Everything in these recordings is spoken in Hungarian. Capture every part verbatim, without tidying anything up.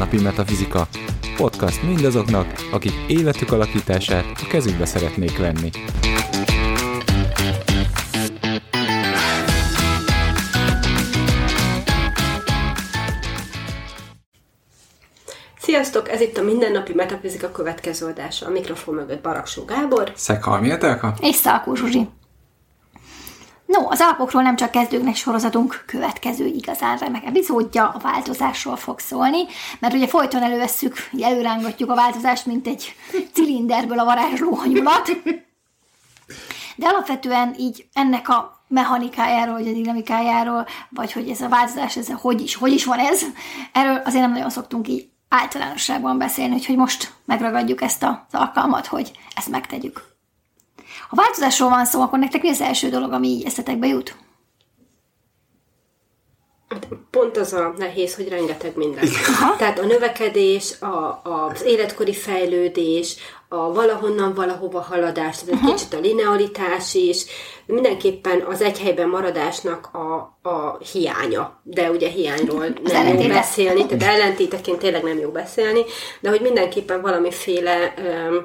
Mindennapi Metafizika. Podcast mindazoknak, akik életük alakítását a kezükbe szeretnék venni. Sziasztok! Ez itt a Mindennapi Metafizika következő adása. A mikrofon mögött Baraksó Gábor. Szekhalmi Etelka. És Szalkó Zsuzsi. No, az alapokról nem csak kezdőknek sorozatunk következő igazán remek epizódja a változásról fog szólni, mert ugye folyton elővesszük, előrángatjuk a változást, mint egy cilinderből a varázsló hanyulat. De alapvetően így ennek a mechanikájáról, vagy a dinamikájáról, vagy hogy ez a változás, ez hogy is, hogy is van ez, erről azért nem nagyon szoktunk így általánosságban beszélni, úgyhogy most megragadjuk ezt az alkalmat, hogy ezt megtegyük. Ha változásról van szó, akkor nektek mi az első dolog, ami így eszetekbe jut? Pont az a nehéz, hogy rengeteg minden. Aha. Tehát a növekedés, a, az életkori fejlődés, a valahonnan valahova haladás, tehát egy uh-huh. kicsit a linearitás is, mindenképpen az egy helyben maradásnak a, a hiánya. De ugye hiányról nem jó beszélni, tehát ellentéteként tényleg nem jó beszélni, de hogy mindenképpen valamiféle um,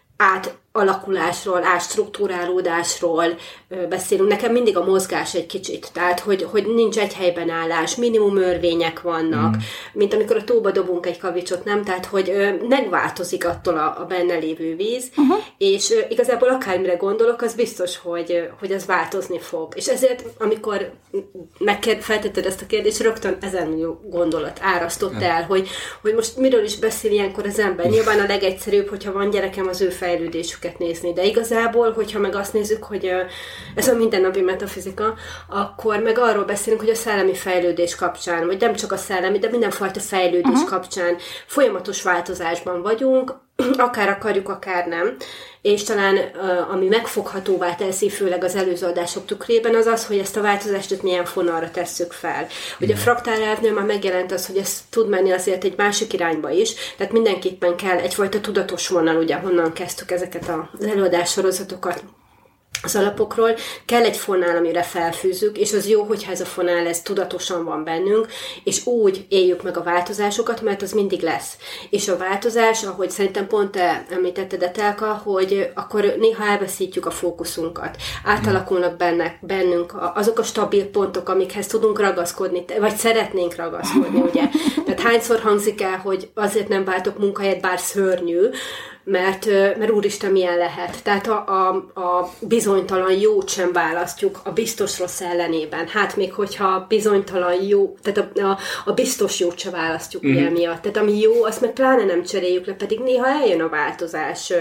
átalakulásról, átstruktúrálódásról beszélünk. Nekem mindig a mozgás egy kicsit, tehát hogy, hogy nincs egy helyben állás, minimum örvények vannak, mm. mint amikor a tóba dobunk egy kavicsot, nem? Tehát, hogy megváltozik attól a, a benne lévő víz, uh-huh. és igazából akármire gondolok, az biztos, hogy, hogy az változni fog. És ezért, amikor megfeltetted ezt a kérdést, rögtön ezen millió gondolat árasztott el, hogy, hogy most miről is beszél ilyenkor az ember. Nyilván a legegyszerűbb, hogyha van gyerekem, az ő fejlődésüket nézni, de igazából, hogyha meg azt nézzük, hogy ez a mindennapi metafizika, akkor meg arról beszélünk, hogy a szellemi fejlődés kapcsán, vagy nem csak a szellemi, de mindenfajta fejlődés uh-huh. kapcsán folyamatos változásban vagyunk, akár akarjuk, akár nem. És talán ami megfoghatóvá teszi, főleg az előző adások tükrében, az az, hogy ezt a változást milyen fonalra tesszük fel. Ugye a fraktál elvnél már megjelent az, hogy ez tud menni azért egy másik irányba is, tehát mindenképpen kell egyfajta tudatos vonal, ugye honnan kezdtük ezeket az előadássorozatokat az alapokról, kell egy fonál, amire felfűzzük, és az jó, hogyha ez a fonál, ez tudatosan van bennünk, és úgy éljük meg a változásokat, mert az mindig lesz. És a változás, ahogy szerintem pont te említetted, Etelka, hogy akkor néha elveszítjük a fókuszunkat. Átalakulnak benne, bennünk azok a stabil pontok, amikhez tudunk ragaszkodni, vagy szeretnénk ragaszkodni, ugye. Tehát hányszor hangzik el, hogy azért nem váltok munkahelyet, bár szörnyű, mert, mert úristen milyen lehet. Tehát a, a, a bizonytalan jót sem választjuk a biztos rossz ellenében. Hát még hogyha bizonytalan jó, tehát a, a, a biztos jót sem választjuk mm. ugye miatt. Tehát ami jó, azt meg pláne nem cseréljük le, pedig néha eljön a változás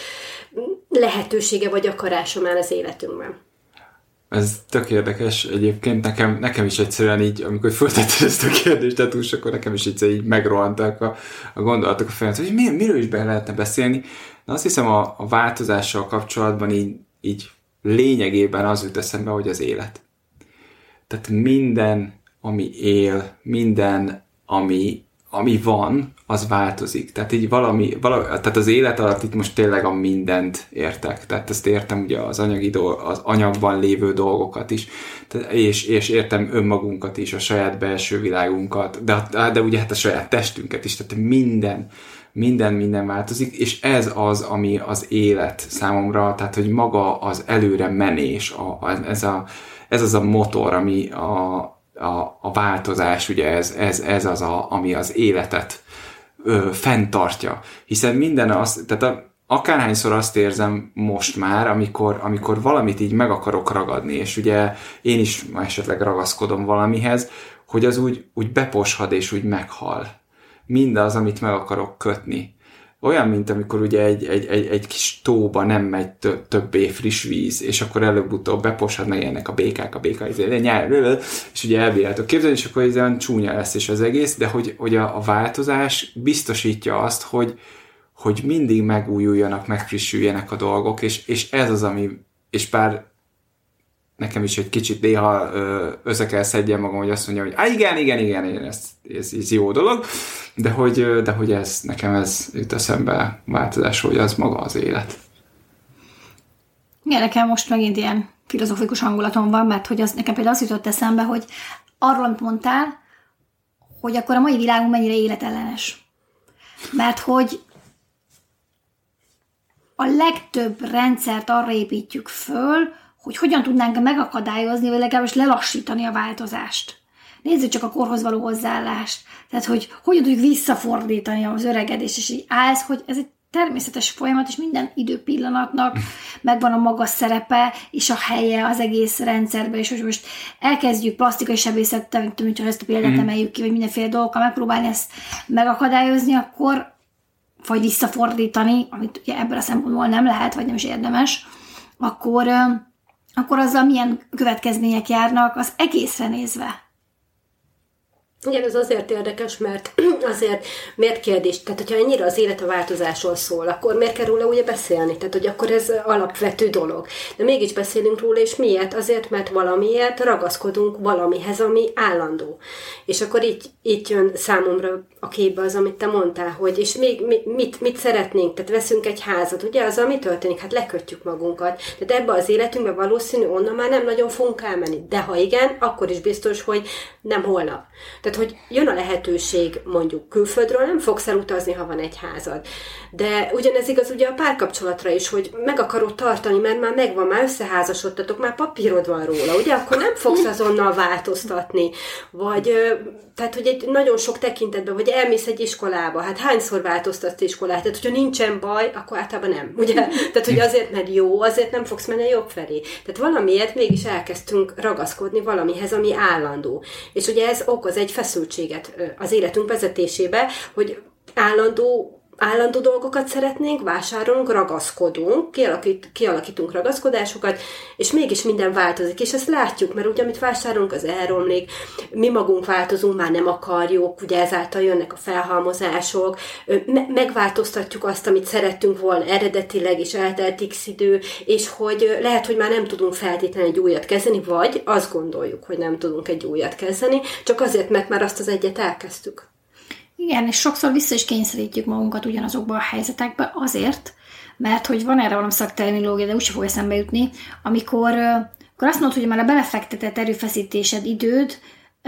lehetősége vagy akarása már az életünkben. Ez tök érdekes egyébként, nekem, nekem is egyszerűen így, amikor föltetted ezt a kérdést, tehát úgy, akkor nekem is egyszerűen így megrohantak a, a gondolatok a fejemet, hogy mi, miről is be lehetne beszélni. De azt hiszem a, a változással kapcsolatban így, így lényegében az jut eszembe, hogy az élet. Tehát minden, ami él, minden, ami, ami van, az változik. Tehát így valami, valami, tehát az élet alatt itt most tényleg a mindent értek. Tehát ezt értem ugye az, anyagi dolg, az anyagban lévő dolgokat is, tehát, és, és értem önmagunkat is, a saját belső világunkat, de, de ugye hát a saját testünket is, tehát minden, minden, minden változik, és ez az, ami az élet számomra, tehát hogy maga az előre menés, a, a, ez, a, ez az a motor, ami a, a, a változás, ugye ez, ez, ez az, a, ami az életet Ö, fenntartja. Hiszen minden az, tehát a, akárhányszor azt érzem most már, amikor, amikor valamit így meg akarok ragadni, és ugye én is esetleg ragaszkodom valamihez, hogy az úgy, úgy beposhad és úgy meghal. Mindaz, amit meg akarok kötni. Olyan, mint amikor ugye egy, egy, egy, egy kis tóba nem megy tö- többé friss víz, és akkor előbb-utóbb beposhad, meg ennek a békák, a béka, és ugye elbírjátok képzelni, és akkor ezen csúnya lesz is az egész, de hogy, hogy a, a változás biztosítja azt, hogy, hogy mindig megújuljanak, megfrissüljenek a dolgok, és, és ez az, ami, és bár nekem is egy kicsit néha össze kell szedjem magam, hogy azt mondja, hogy á, igen, igen, igen, igen ez, ez, ez jó dolog, de hogy, de hogy ez, nekem ez jut eszembe változás, hogy az maga az élet. Igen, nekem most megint ilyen filozófikus hangulatom van, mert hogy az, nekem például az jutott eszembe, hogy arról, amit mondtál, hogy akkor a mai világunk mennyire életellenes. Mert hogy a legtöbb rendszert arra építjük föl, hogy hogyan tudnánk megakadályozni, vagy legalábbis lelassítani a változást. Nézzük csak a korhoz való hozzáállást. Tehát, hogy hogyan tudjuk visszafordítani az öregedést, és így állsz, hogy ez egy természetes folyamat, és minden időpillanatnak megvan a maga szerepe, és a helye az egész rendszerben, és hogy most elkezdjük plastikai sebészettel, mint ezt a példát mm. emeljük ki, vagy mindenféle dolgokkal megpróbálni ezt megakadályozni, akkor vagy visszafordítani, amit ugye ebből a szempontból nem lehet, vagy nem is érdemes, akkor, akkor azzal milyen következmények járnak az egészre nézve. Igen, ez azért érdekes, mert azért miért kérdés? Tehát, hogyha ennyire az élet a változásról szól, akkor miért kell róla ugye beszélni? Tehát, hogy akkor ez alapvető dolog. De mégis beszélünk róla, és miért? Azért, mert valamiért ragaszkodunk valamihez, ami állandó. És akkor így, így jön számomra a képbe az, amit te mondtál, hogy és még mit, mit szeretnénk? Tehát veszünk egy házat, ugye? Az, ami történik, hát lekötjük magunkat. Tehát ebbe az életünkbe valószínű onnan már nem nagyon fogunk elmenni. De ha igen, akkor is biztos, hogy nem holnap. Tehát, hogy jön a lehetőség, mondjuk külföldről, nem fogsz elutazni, ha van egy házad. De ugyanez igaz ugye a párkapcsolatra is, hogy meg akarod tartani, mert már megvan, már összeházasodtatok, már papírod van róla, ugye? Akkor nem fogsz azonnal változtatni. Vagy, tehát, hogy egy nagyon sok tekintetben, vagy elmész egy iskolába, hát hányszor változtatsz iskolát? Tehát, hogyha nincsen baj, akkor általában nem, ugye? Tehát, hogy azért, mert jó, azért nem fogsz menni a jobb felé. Tehát valamiért mégis elkezdtünk ragaszkodni valamihez, ami állandó. És ugye ez okoz egy feszültséget az életünk vezetésébe, hogy állandó állandó dolgokat szeretnénk, vásárolunk, ragaszkodunk, kialakít, kialakítunk ragaszkodásokat, és mégis minden változik, és ezt látjuk, mert ugye, amit vásárolunk, az elromlik, mi magunk változunk, már nem akarjuk, ugye ezáltal jönnek a felhalmozások, me- megváltoztatjuk azt, amit szerettünk volna eredetileg, és eltelt x idő, és hogy lehet, hogy már nem tudunk feltétlenül egy újat kezdeni, vagy azt gondoljuk, hogy nem tudunk egy újat kezdeni, csak azért, mert már azt az egyet elkezdtük. Igen, és sokszor vissza is kényszerítjük magunkat ugyanazokba a helyzetekbe azért, mert hogy van erre valami szakterminológia, de úgyse fog eszembe jutni, amikor, amikor azt mondod, hogy már a belefektetett erőfeszítésed, időd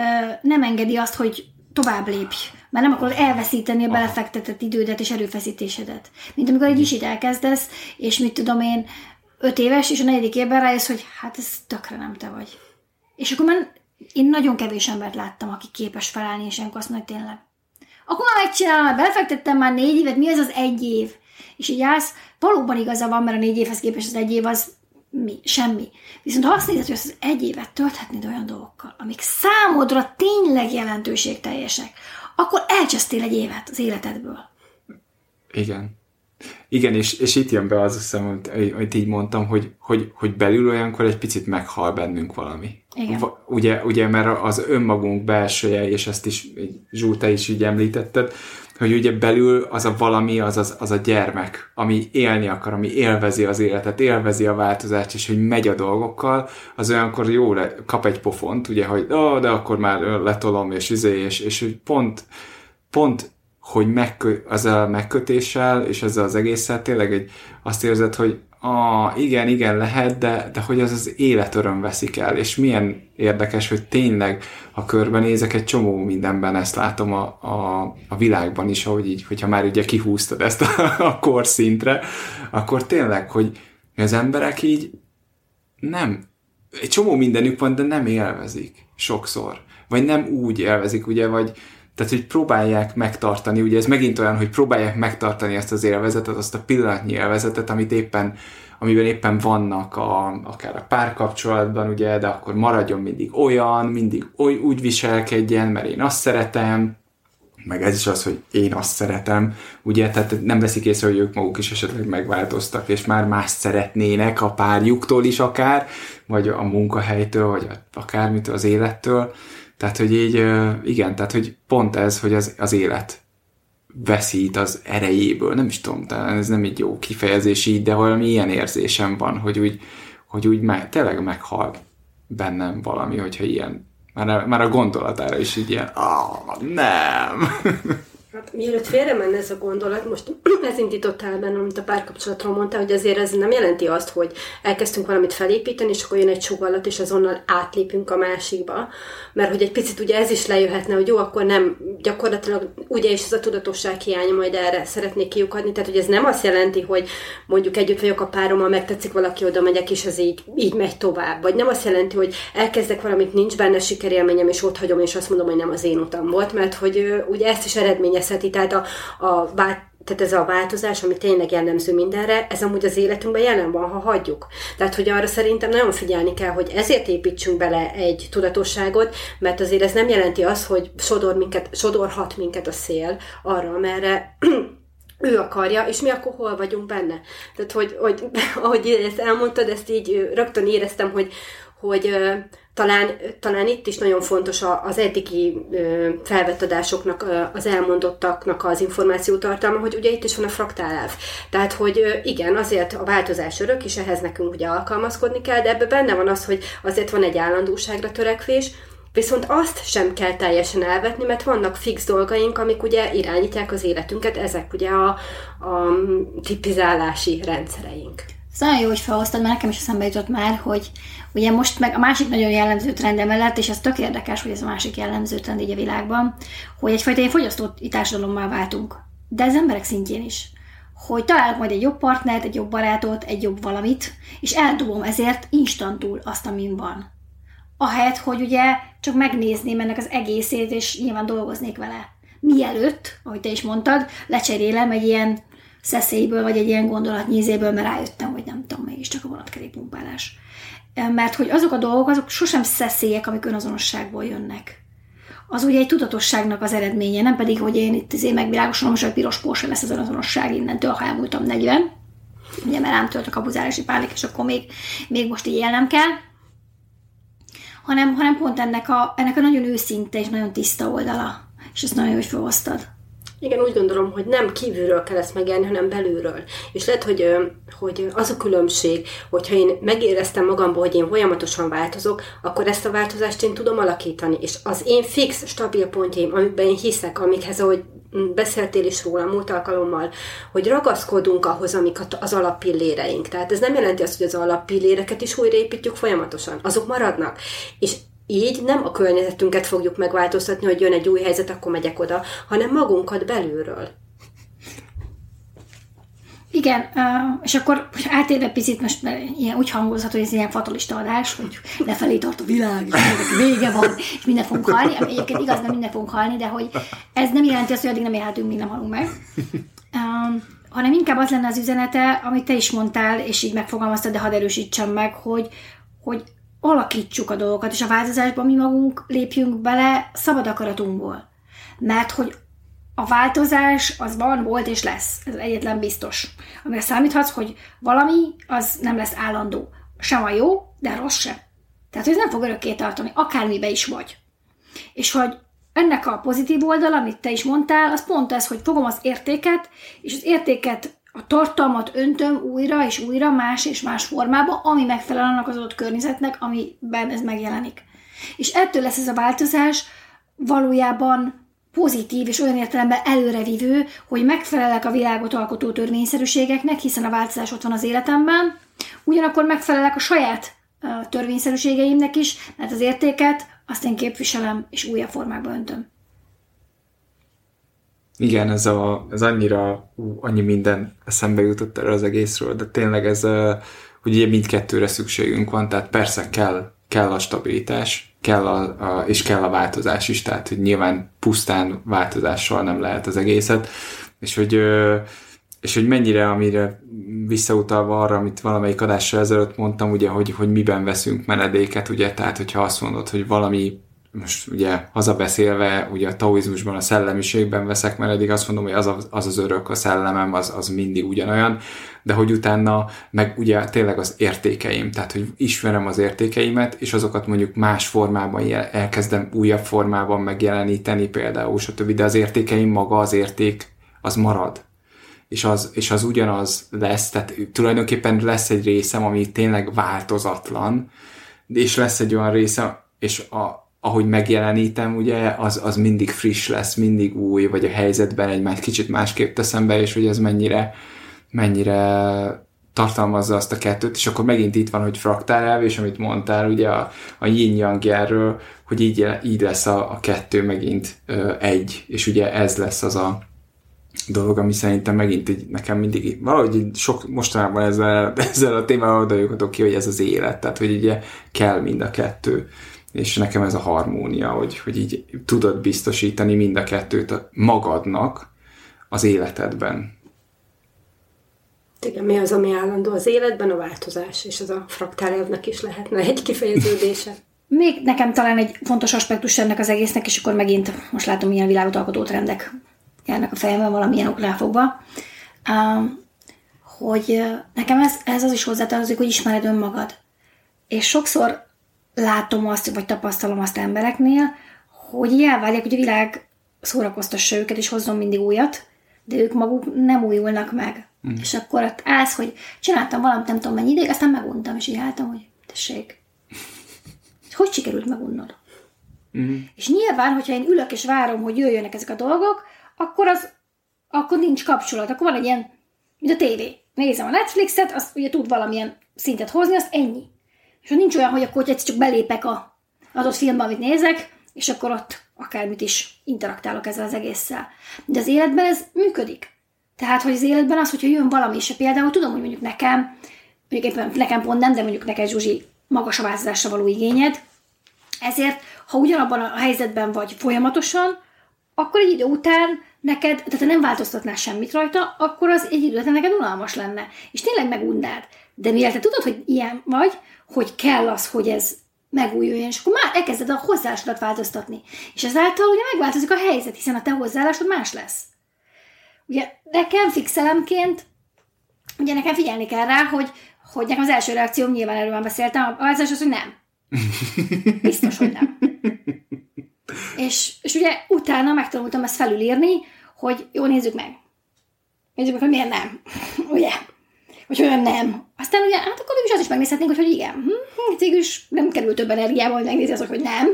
nem engedi azt, hogy tovább lépj, mert nem akarod elveszíteni a belefektetett idődet és erőfeszítésedet. Mint amikor egy isit elkezdesz, és mit tudom én, öt éves, és a negyedik évben rájössz, hogy hát ez tökre nem te vagy. És akkor már én nagyon kevés embert láttam, aki képes felállni, és ilyenkor azt mondja, hogy tényleg. Akkor már megcsinálom, belefektettem már négy évet, mi az az egy év? És így állsz, valóban igaza van, mert a négy évhez képest az egy év az mi, semmi. Viszont ha azt nézed, hogy az egy évet tölthetnéd olyan dolgokkal, amik számodra tényleg jelentőségteljesek, akkor elcsesztél egy évet az életedből. Igen. Igen, és, és itt jön be az, azt hiszem, hogy így mondtam, hogy, hogy, hogy belül olyankor egy picit meghal bennünk valami. Igen. Ugye, ugye, mert az önmagunk belsője, és ezt is Zsú, te is így említetted, hogy ugye belül az a valami, az, az, az a gyermek, ami élni akar, ami élvezi az életet, élvezi a változást, és hogy megy a dolgokkal, az olyankor jó le, kap egy pofont, ugye, hogy oh, de akkor már letolom, és izé, és, és hogy pont, pont hogy megkö, ezzel a megkötéssel, és ezzel az egésszel tényleg egy, azt érzed, hogy ah, igen, igen, lehet, de, de hogy az az életöröm veszik el, és milyen érdekes, hogy tényleg, ha körbenézek, egy csomó mindenben ezt látom a, a, a világban is, ahogy így, hogyha már ugye kihúztad ezt a, a korszintre, akkor tényleg, hogy az emberek így nem, egy csomó mindenük van, de nem élvezik sokszor, vagy nem úgy élvezik, ugye, vagy tehát, hogy próbálják megtartani, ugye ez megint olyan, hogy próbálják megtartani ezt az élvezetet, azt a pillanatnyi élvezetet, amit éppen, amiben éppen vannak a, akár a párkapcsolatban, ugye, de akkor maradjon mindig olyan, mindig oly, úgy viselkedjen, mert én azt szeretem, meg ez is az, hogy én azt szeretem, ugye, tehát nem veszik észre, hogy ők maguk is esetleg megváltoztak, és már más szeretnének a párjuktól is akár, vagy a munkahelytől, vagy akármitől, az élettől. Tehát, hogy így, igen, tehát, hogy pont ez, hogy az, az élet veszít az erejéből, nem is tudom, talán ez nem egy jó kifejezés így, de valami ilyen érzésem van, hogy úgy, hogy úgy meg, tényleg meghal bennem valami, hogyha ilyen, már a, már a gondolatára is így ilyen, ah, nem. mielőtt félre menne ez a gondolat, most ez indítottál benne, amit a párkapcsolatról mondtál, hogy azért ez nem jelenti azt, hogy elkezdtünk valamit felépíteni, és akkor jön egy sugallat, és azonnal átlépünk a másikba. Mert hogy egy picit ugye ez is lejöhetne, hogy jó, akkor nem, gyakorlatilag ugye is ez a tudatosság hiánya, majd erre szeretnék kiukadni. Tehát, hogy ez nem azt jelenti, hogy mondjuk együtt vagyok a párommal, megtetszik valaki, oda megyek, és ez így, így megy tovább. Vagy nem azt jelenti, hogy elkezdek valamit, nincs benne sikerélményem, és ott hagyom, és azt mondom, hogy nem az én utam volt, mert hogy ugye ezt is eredményezheti, tehát a, a tehát ez a változás, ami tényleg jellemző mindenre, ez amúgy az életünkben jelen van, ha hagyjuk. Tehát, hogy arra szerintem nagyon figyelni kell, hogy ezért építsünk bele egy tudatosságot, mert azért ez nem jelenti azt, hogy sodor minket, sodorhat minket a szél arra, amerre ő akarja, és mi akkor hol vagyunk benne. Tehát, hogy, hogy ahogy ezt elmondtad, ezt így rögtön éreztem, hogy, hogy Talán, talán itt is nagyon fontos az eddigi felvett adásoknak, az elmondottaknak az információtartalma, hogy ugye itt is van a fraktálelv. Tehát, hogy igen, azért a változás örök, és ehhez nekünk ugye alkalmazkodni kell, de ebben benne van az, hogy azért van egy állandóságra törekvés, viszont azt sem kell teljesen elvetni, mert vannak fix dolgaink, amik ugye irányítják az életünket, ezek ugye a, a tipizálási rendszereink. Ez nagyon jó, hogy felhoztad, mert nekem is eszembe jutott már, hogy ugye most meg a másik nagyon jellemző trend emellett, és ez tök érdekes, hogy ez a másik jellemző trend így a világban, hogy egyfajta ilyen fogyasztói társadalommá váltunk. De ez emberek szintjén is. Hogy találok majd egy jobb partnert, egy jobb barátot, egy jobb valamit, és eldobom ezért instantul azt, amin van. Ahelyett, hogy ugye csak megnézném ennek az egészét, és nyilván dolgoznék vele. Mielőtt, ahogy te is mondtad, lecserélem egy ilyen szeszélyből, vagy egy ilyen gondolatnyízéből, mert rájöttem, hogy nem tudom, mégiscsak a vonatkerékpumpálás. Mert hogy azok a dolgok, azok sosem szeszélyek, amik önazonosságból jönnek. Az ugye egy tudatosságnak az eredménye, nem pedig, hogy én itt azért megvilágosulom, hogy a piros Porsche lesz az önazonosság innentől, ha elmúltam negyven. Ugye, mert rám tölt a kapuzálási pánik, és akkor még, még most így élnem kell. Hanem, hanem pont ennek a, ennek a nagyon őszinte és nagyon tiszta oldala. És ezt nagyon jó, hogy felhoztad. Igen, úgy gondolom, hogy nem kívülről kell ezt megélni, hanem belülről. És lehet, hogy, hogy az a különbség, hogyha én megéreztem magamból, hogy én folyamatosan változok, akkor ezt a változást én tudom alakítani. És az én fix, stabil pontjaim, amikben én hiszek, amikhez, ahogy beszéltél is róla múlt alkalommal, hogy ragaszkodunk ahhoz, amik az alappilléreink. Tehát ez nem jelenti azt, hogy az alappilléreket is újraépítjük folyamatosan. Azok maradnak. És így nem a környezetünket fogjuk megváltoztatni, hogy jön egy új helyzet, akkor megyek oda, hanem magunkat belülről. Igen, és akkor átérve picit, most ilyen, úgy hangozhat, hogy ez ilyen fatalista adás, hogy lefelé tart a világ, és vége van, és minden fogunk halni. Egyébként igaz, nem minden fogunk halni, de hogy ez nem jelenti azt, hogy addig nem élhetünk, míg nem halunk meg. Um, hanem inkább az lenne az üzenete, amit te is mondtál, és így megfogalmaztad, de hadd erősítsem meg, hogy, hogy alakítsuk a dolgokat, és a változásban mi magunk lépjünk bele szabad akaratunkból. Mert hogy a változás az van, volt és lesz. Ez egyetlen biztos. Amire számíthatsz, hogy valami az nem lesz állandó. Sem a jó, de a rossz sem. Tehát ez nem fog örökké tartani, akármibe is vagy. És hogy ennek a pozitív oldala, amit te is mondtál, az pont ez, hogy fogom az értéket, és az értéket, a tartalmat öntöm újra és újra más és más formába, ami megfelel annak az adott környezetnek, amiben ez megjelenik. És ettől lesz ez a változás valójában pozitív és olyan értelemben előrevívő, hogy megfelelek a világot alkotó törvényszerűségeknek, hiszen a változás ott van az életemben, ugyanakkor megfelelek a saját törvényszerűségeimnek is, mert az értéket azt én képviselem és újabb formákba öntöm. Igen, ez, a, ez annyira, annyi minden eszembe jutott erre az egészről, de tényleg ez, hogy ugye mindkettőre szükségünk van, tehát persze kell, kell a stabilitás, kell a, a, és kell a változás is, tehát hogy nyilván pusztán változással nem lehet az egészet, és hogy, és hogy mennyire, amire visszautalva arra, amit valamelyik adással ezelőtt mondtam, ugye, hogy, hogy miben veszünk menedéket, ugye, tehát hogyha azt mondod, hogy valami most ugye hazabeszélve, ugye a taoizmusban, a szellemiségben veszek menedék, azt mondom, hogy az az, az, az örök, a szellemem, az, az mindig ugyanolyan, de hogy utána meg ugye tényleg az értékeim, tehát hogy ismerem az értékeimet, és azokat mondjuk más formában elkezdem újabb formában megjeleníteni például, stb. De az értékeim maga, az érték, az marad. És az, és az ugyanaz lesz, tehát tulajdonképpen lesz egy részem, ami tényleg változatlan, és lesz egy olyan részem, és a ahogy megjelenítem, ugye, az, az mindig friss lesz, mindig új, vagy a helyzetben egy már kicsit másképp teszem be, és hogy ez mennyire, mennyire tartalmazza azt a kettőt, és akkor megint itt van, hogy fraktálelv, és amit mondtál, ugye a, a yin-yang jelről, hogy így, így lesz a, a kettő megint ö, egy, és ugye ez lesz az a dolog, ami szerintem megint így, nekem mindig valahogy így sok mostanában ezzel, ezzel a témával odajutok ki, hogy ez az élet, tehát hogy ugye kell mind a kettő, és nekem ez a harmónia, hogy, hogy így tudod biztosítani mind a kettőt magadnak az életedben. Igen, mi az, ami állandó az életben? A változás, és ez a fraktálelvnek is lehetne egy kifejeződése. Még nekem talán egy fontos aspektus ennek az egésznek, és akkor megint most látom, milyen világot alkotó trendek járnak a fejemben valamilyen oknál fogva, hogy nekem ez, ez az is hozzátartozik, hogy ismered önmagad. És sokszor látom azt, vagy tapasztalom azt embereknél, hogy így elvárják, hogy a világ szórakoztassa őket, és hozzon mindig újat, de ők maguk nem újulnak meg. Mm. És akkor ott állsz, hogy csináltam valamit, nem tudom mennyi ideig, aztán meguntam, és így álltam, hogy tessék, hogy sikerült megunnod? Mm. És nyilván, hogyha én ülök és várom, hogy jöjjönek ezek a dolgok, akkor az, akkor nincs kapcsolat, akkor van egy ilyen, mint a tévé. Nézem a Netflixet, az ugye tud valamilyen szintet hozni, az ennyi. És nincs olyan, hogy akkor egyszer csak belépek a adott filmbe, amit nézek, és akkor ott akármit is interaktálok ezzel az egésszel. De az életben ez működik. Tehát, hogy az életben az, hogyha jön valami, és például tudom, hogy mondjuk nekem, mondjuk éppen nekem pont nem, de mondjuk neked, Zsuzsi, magas a változásra való igényed, ezért, ha ugyanabban a helyzetben vagy folyamatosan, akkor egy idő után neked, tehát ha nem változtatnál semmit rajta, akkor az egy idő után neked unalmas lenne. És tényleg megundád. De mivel te tudod, hogy ilyen vagy, hogy kell az, hogy ez megújuljon, és akkor már elkezded a hozzáállásodat változtatni. És ezáltal ugye megváltozik a helyzet, hiszen a te hozzáállásod más lesz. Ugye nekem fixelemként, ugye nekem figyelni kell rá, hogy, hogy nekem az első reakcióm, nyilván erről már beszéltem, az első az, hogy nem. Biztos, hogy nem. És, és ugye utána megtanultam ezt felülírni, hogy jó, nézzük meg. Nézzük meg, hogy miért nem. Ugye? Hogy olyan nem. Aztán ugye, hát akkor mégis azt is megnézhetnénk, hogy, hogy igen. Hm, végülis nem kerül több energiába, hogy megnézi azt, hogy nem.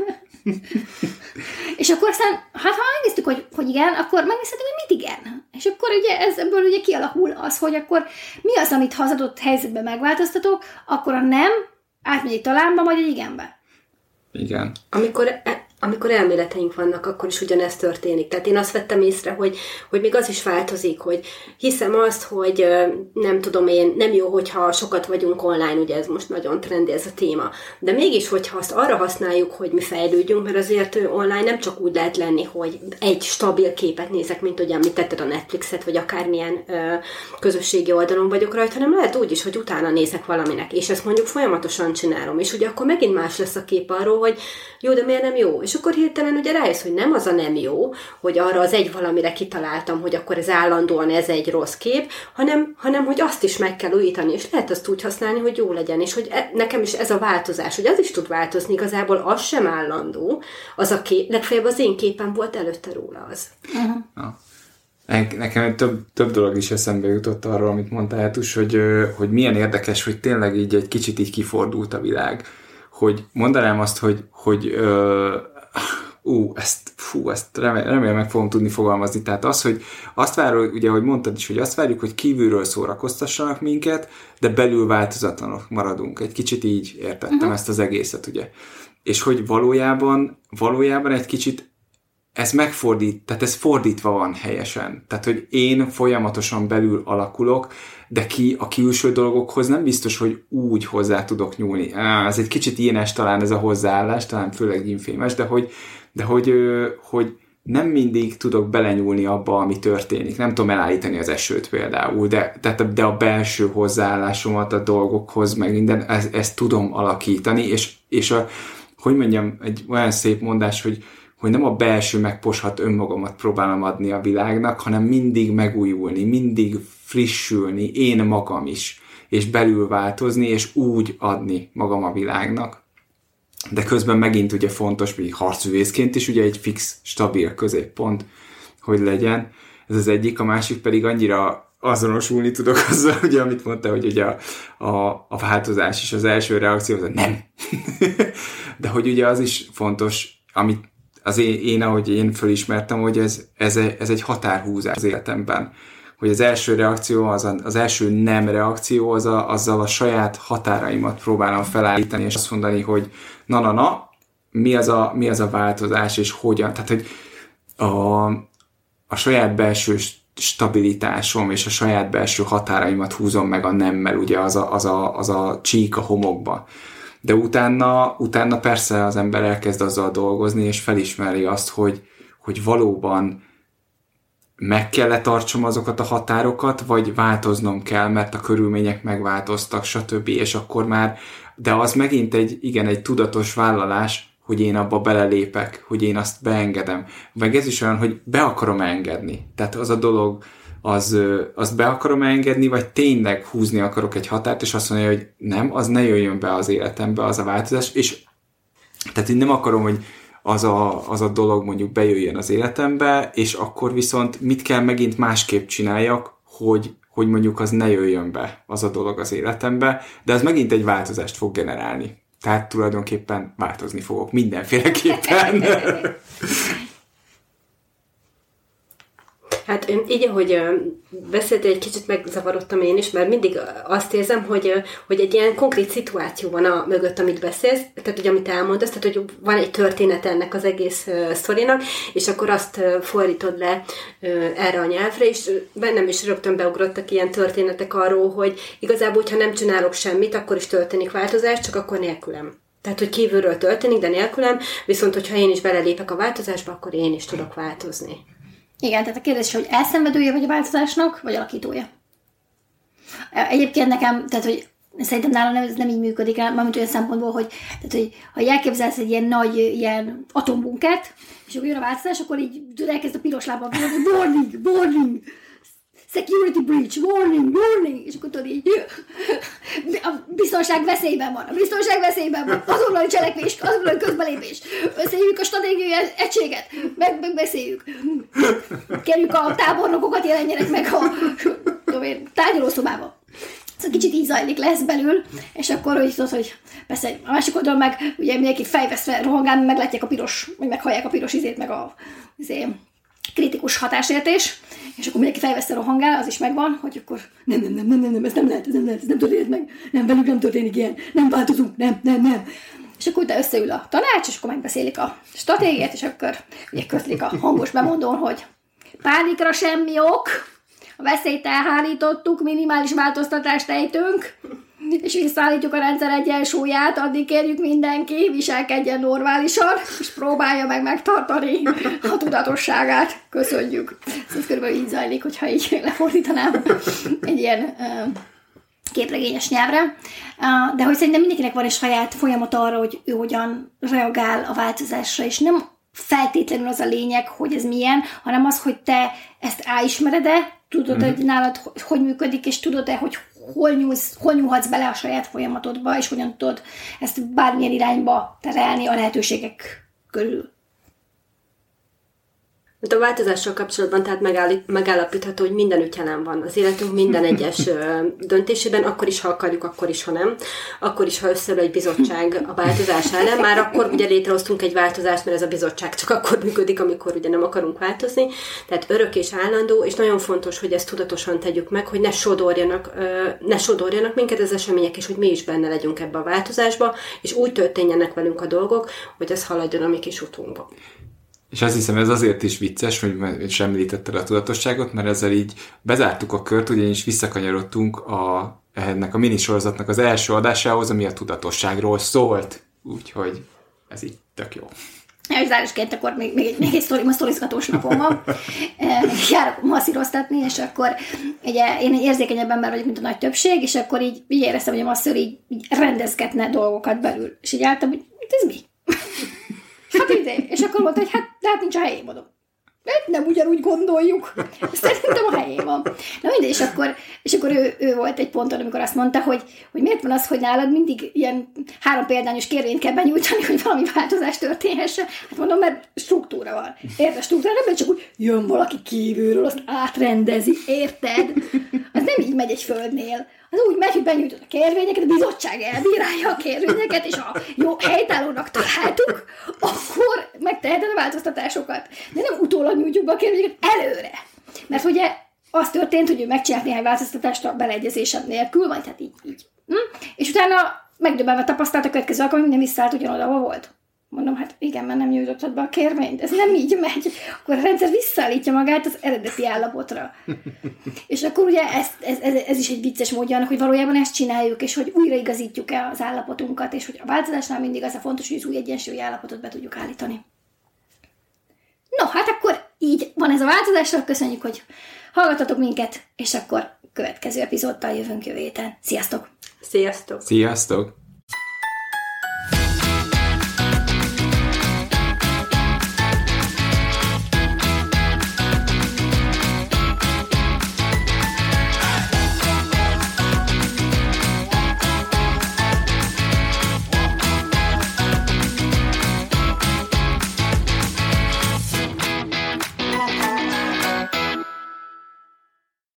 És akkor aztán, hát ha megnéztük, hogy, hogy igen, akkor megnézhetünk, hogy mit igen. És akkor ugye ez, ebből ugye kialakul az, hogy akkor mi az, amit ha az adott helyzetben megváltoztatok, akkor a nem átmegy egy talánba, vagy egy igenbe. Igen. Amikor... Amikor elméleteink vannak, akkor is ugyanezt történik. Tehát én azt vettem észre, hogy, hogy még az is változik, hogy hiszem azt, hogy nem tudom én, nem jó, hogyha sokat vagyunk online, ugye ez most nagyon trendi ez a téma, de mégis, hogyha azt arra használjuk, hogy mi fejlődjünk, mert azért online nem csak úgy lehet lenni, hogy egy stabil képet nézek, mint ugye említetted a Netflixet, vagy akármilyen ö, közösségi oldalon vagyok rajta, hanem lehet úgy is, hogy utána nézek valaminek, és ezt mondjuk folyamatosan csinálom, és ugye akkor megint más lesz a kép arról, hogy jó, de miért nem jó? És akkor hirtelen ugye rájössz, hogy nem az a nem jó, hogy arra az egy valamire kitaláltam, hogy akkor ez állandóan ez egy rossz kép, hanem, hanem hogy azt is meg kell újítani, és lehet azt úgy használni, hogy jó legyen, és hogy e, nekem is ez a változás, hogy az is tud változni, igazából az sem állandó, az a kép, legfeljebb az én képem volt előtte róla az. Uh-huh. Nekem több, több dolog is eszembe jutott arról, amit mondtál, Etus, hogy, hogy milyen érdekes, hogy tényleg így egy kicsit így kifordult a világ, hogy mondanám azt, hogy, hogy ö, ú, ezt, fú, ezt remélem, remélem meg fogom tudni fogalmazni. Tehát az, hogy azt várjuk, ugye, ahogy mondtad is, hogy azt várjuk, hogy kívülről szórakoztassanak minket, de belül változatlanok maradunk. Egy kicsit így értettem uh-huh. ezt az egészet, ugye. És hogy valójában, valójában egy kicsit ez megfordít, tehát ez fordítva van helyesen. Tehát, hogy én folyamatosan belül alakulok, de ki a külső dolgokhoz nem biztos, hogy úgy hozzá tudok nyúlni. Á, ez egy kicsit ilyenes talán ez a hozzáállás, talán főleg infémes, de hogy, de hogy, hogy nem mindig tudok belenyúlni abba, ami történik. Nem tudom elállítani az esőt például, de, tehát, de a belső hozzáállásomat a dolgokhoz, meg minden, ezt, ezt tudom alakítani, és, és a, hogy mondjam, egy olyan szép mondás, hogy hogy nem a belső megposhat önmagamat próbálom adni a világnak, hanem mindig megújulni, mindig frissülni, én magam is, és belül változni, és úgy adni magam a világnak. De közben megint ugye fontos, hogy harcművészként is ugye egy fix, stabil középpont, hogy legyen. Ez az egyik, a másik pedig annyira azonosulni tudok azzal, ugye, amit mondta, hogy ugye a, a, a változás is az első reakció, az a nem. De hogy ugye az is fontos, amit az én, én, ahogy én fölismertem, hogy ez, ez, ez egy határhúzás az életemben. Hogy az első reakció, az, a, az első nem reakció, az a, azzal a saját határaimat próbálom felállítani, és azt mondani, hogy na-na-na, mi az a, mi az a változás, és hogyan. Tehát, hogy a, a saját belső stabilitásom és a saját belső határaimat húzom meg a nemmel, ugye az a, az a, az a csík a homokba. De utána, utána persze az ember elkezd azzal dolgozni, és felismeri azt, hogy, hogy valóban meg kell-e tartsom azokat a határokat, vagy változnom kell, mert a körülmények megváltoztak, stb. És akkor már, de az megint egy, igen, egy tudatos vállalás, hogy én abba belelépek, hogy én azt beengedem. Meg ez is olyan, hogy be akarom engedni. Tehát az a dolog, az, azt be akarom engedni, vagy tényleg húzni akarok egy határt, és azt mondja, hogy nem, az ne jöjjön be az életembe, az a változás, és tehát én nem akarom, hogy az a, az a dolog mondjuk bejöjjön az életembe, és akkor viszont mit kell megint másképp csináljak, hogy, hogy mondjuk az ne jöjjön be az a dolog az életembe, de az megint egy változást fog generálni. Tehát tulajdonképpen változni fogok mindenféleképpen. Hát így, ahogy beszéltél, egy kicsit megzavarodtam én is, mert mindig azt érzem, hogy, hogy egy ilyen konkrét szituáció van a mögött, amit beszélsz, tehát hogy amit elmondasz, tehát hogy van egy történet ennek az egész sztorinak, és akkor azt fordítod le erre a nyelvre, és bennem is rögtön beugrottak ilyen történetek arról, hogy igazából, hogyha nem csinálok semmit, akkor is történik változás, csak akkor nélkülem. Tehát, hogy kívülről történik, de nélkülem, viszont hogyha én is belelépek a változásba, akkor én is tudok változni. Igen, tehát a kérdés, hogy elszenvedője vagy a változásnak, vagy alakítója. Egyébként nekem, tehát, hogy szerintem nálam ez nem így működik, mármint olyan szempontból, hogy, tehát, hogy ha elképzelsz egy ilyen nagy ilyen atombunkert, és akkor jön a változás, akkor így elkezd a piros lábban, warning, warning, security breach, warning, warning, és akkor tudod így, a biztonság veszélyben van, a biztonság veszélyben van, azonnali cselekvés, azonnali közbelépés, összehívjuk a stratégiai egységet, meg, megbeszéljük, kérjük a tábornokokat jelenjenek meg a tárgyalószobába. Szóval kicsit így zajlik, lesz belül, és akkor hogy tudod, hogy persze a másik oldalon meg ugye mindenki fejvesztve rohangál, meglátják a piros, meg meghallják a piros izét, meg a izé, kritikus hatásértés, és akkor mindenki fejveszte rohangál, az is megvan, hogy akkor nem, nem, nem, nem, nem, nem, ez nem lehet, ez nem lehet, ez nem történik meg, nem, velük nem történik ilyen, nem változunk, nem, nem, nem. És akkor utána összeül a tanács, és akkor megbeszélik a stratégiát, és akkor ugye közlik a hangos bemondón, hogy pánikra semmi ok, a veszélyt elhárítottuk, minimális változtatást ejtünk, és visszaállítjuk a rendszer egyensúlyát, addig kérjük mindenki, viselkedjen normálisan, és próbálja meg megtartani a tudatosságát. Köszönjük. Ez körülbelül így zajlik, hogyha így lefordítanám egy ilyen uh, képregényes nyelvre. Uh, de hogy szerintem mindenkinek van egy saját folyamata arra, hogy ő hogyan reagál a változásra, és nem feltétlenül az a lényeg, hogy ez milyen, hanem az, hogy te ezt áismered-e, tudod, mm-hmm. hogy nálad hogy működik, és tudod-e, hogy hol, nyúlsz, hol nyúlhatsz bele a saját folyamatodba, és hogyan tudod ezt bármilyen irányba terelni a lehetőségek körül. A változással kapcsolatban tehát megállapítható, hogy mindenütt jelen van az életünk minden egyes döntésében, akkor is, ha akarjuk, akkor is, ha nem. Akkor is, ha összeül egy bizottság a változás ellen. Már akkor ugye létrehoztunk egy változást, mert ez a bizottság csak akkor működik, amikor ugye nem akarunk változni. Tehát örök és állandó, és nagyon fontos, hogy ezt tudatosan tegyük meg, hogy ne sodorjanak, ne sodorjanak minket az események, és hogy mi is benne legyünk ebbe a változásba, és úgy történjenek velünk a dolgok, hogy ez haladjon a mi kis utunkba. És azt hiszem, ez azért is vicces, hogy sem említetted a tudatosságot, mert ezzel így bezártuk a kört, ugyanis visszakanyarodtunk a, ennek a minisorozatnak az első adásához, ami a tudatosságról szólt. Úgyhogy ez így tök jó. És zárásként akkor még, még egy, még egy sztori, ma sztorizgatós napom van. Járok masszíroztatni, és akkor ugye én egy érzékenyebb ember vagyok, mint a nagy többség, és akkor így, így éreztem, hogy a masször így, így rendezgetne dolgokat belül. És így álltam, hogy ez mi? Hát ide. És akkor mondta, hogy hát, de hát nincs a helyén, mondom. Nem ugyanúgy gondoljuk. Szerintem a helyén van. Na mindegy, és akkor, és akkor ő, ő volt egy ponton, amikor azt mondta, hogy, hogy miért van az, hogy nálad mindig ilyen három példányos kérvényt kell benyújtani, hogy valami változás történhessen. Hát mondom, mert struktúra van. Érted? Struktúra nem, csak úgy jön valaki kívülről, azt átrendezi. Érted? Az nem így megy egy földnél. Az úgy megy, hogy benyújtod a kérvényeket, a bizottság elbírálja a kérvényeket, és ha jó helytállónak találtuk, akkor megteheted a változtatásokat. De nem utólag nyújtjuk be a kérvényeket, előre. Mert ugye az történt, hogy ő megcsinált néhány változtatást a beleegyezésed nélkül, vagy hát így, így. Hm? És utána megdöbbenve tapasztalt a következő alkalommal, minden visszaállt ugyanoda, ahol volt. Mondom, hát igen, mert nem nyújtottad be a kérvényt, ez nem így megy. Akkor a rendszer visszaállítja magát az eredeti állapotra. És akkor ugye ez, ez, ez, ez is egy vicces módja annak, hogy valójában ezt csináljuk, és hogy újraigazítjuk el az állapotunkat, és hogy a változásnál mindig az a fontos, hogy az új egyensúlyi állapotot be tudjuk állítani. No, hát akkor így van ez a változásra, köszönjük, hogy hallgatatok minket, és akkor következő epizóddal jövünk jövő héten. Sziasztok! Sziasztok! Sziasztok!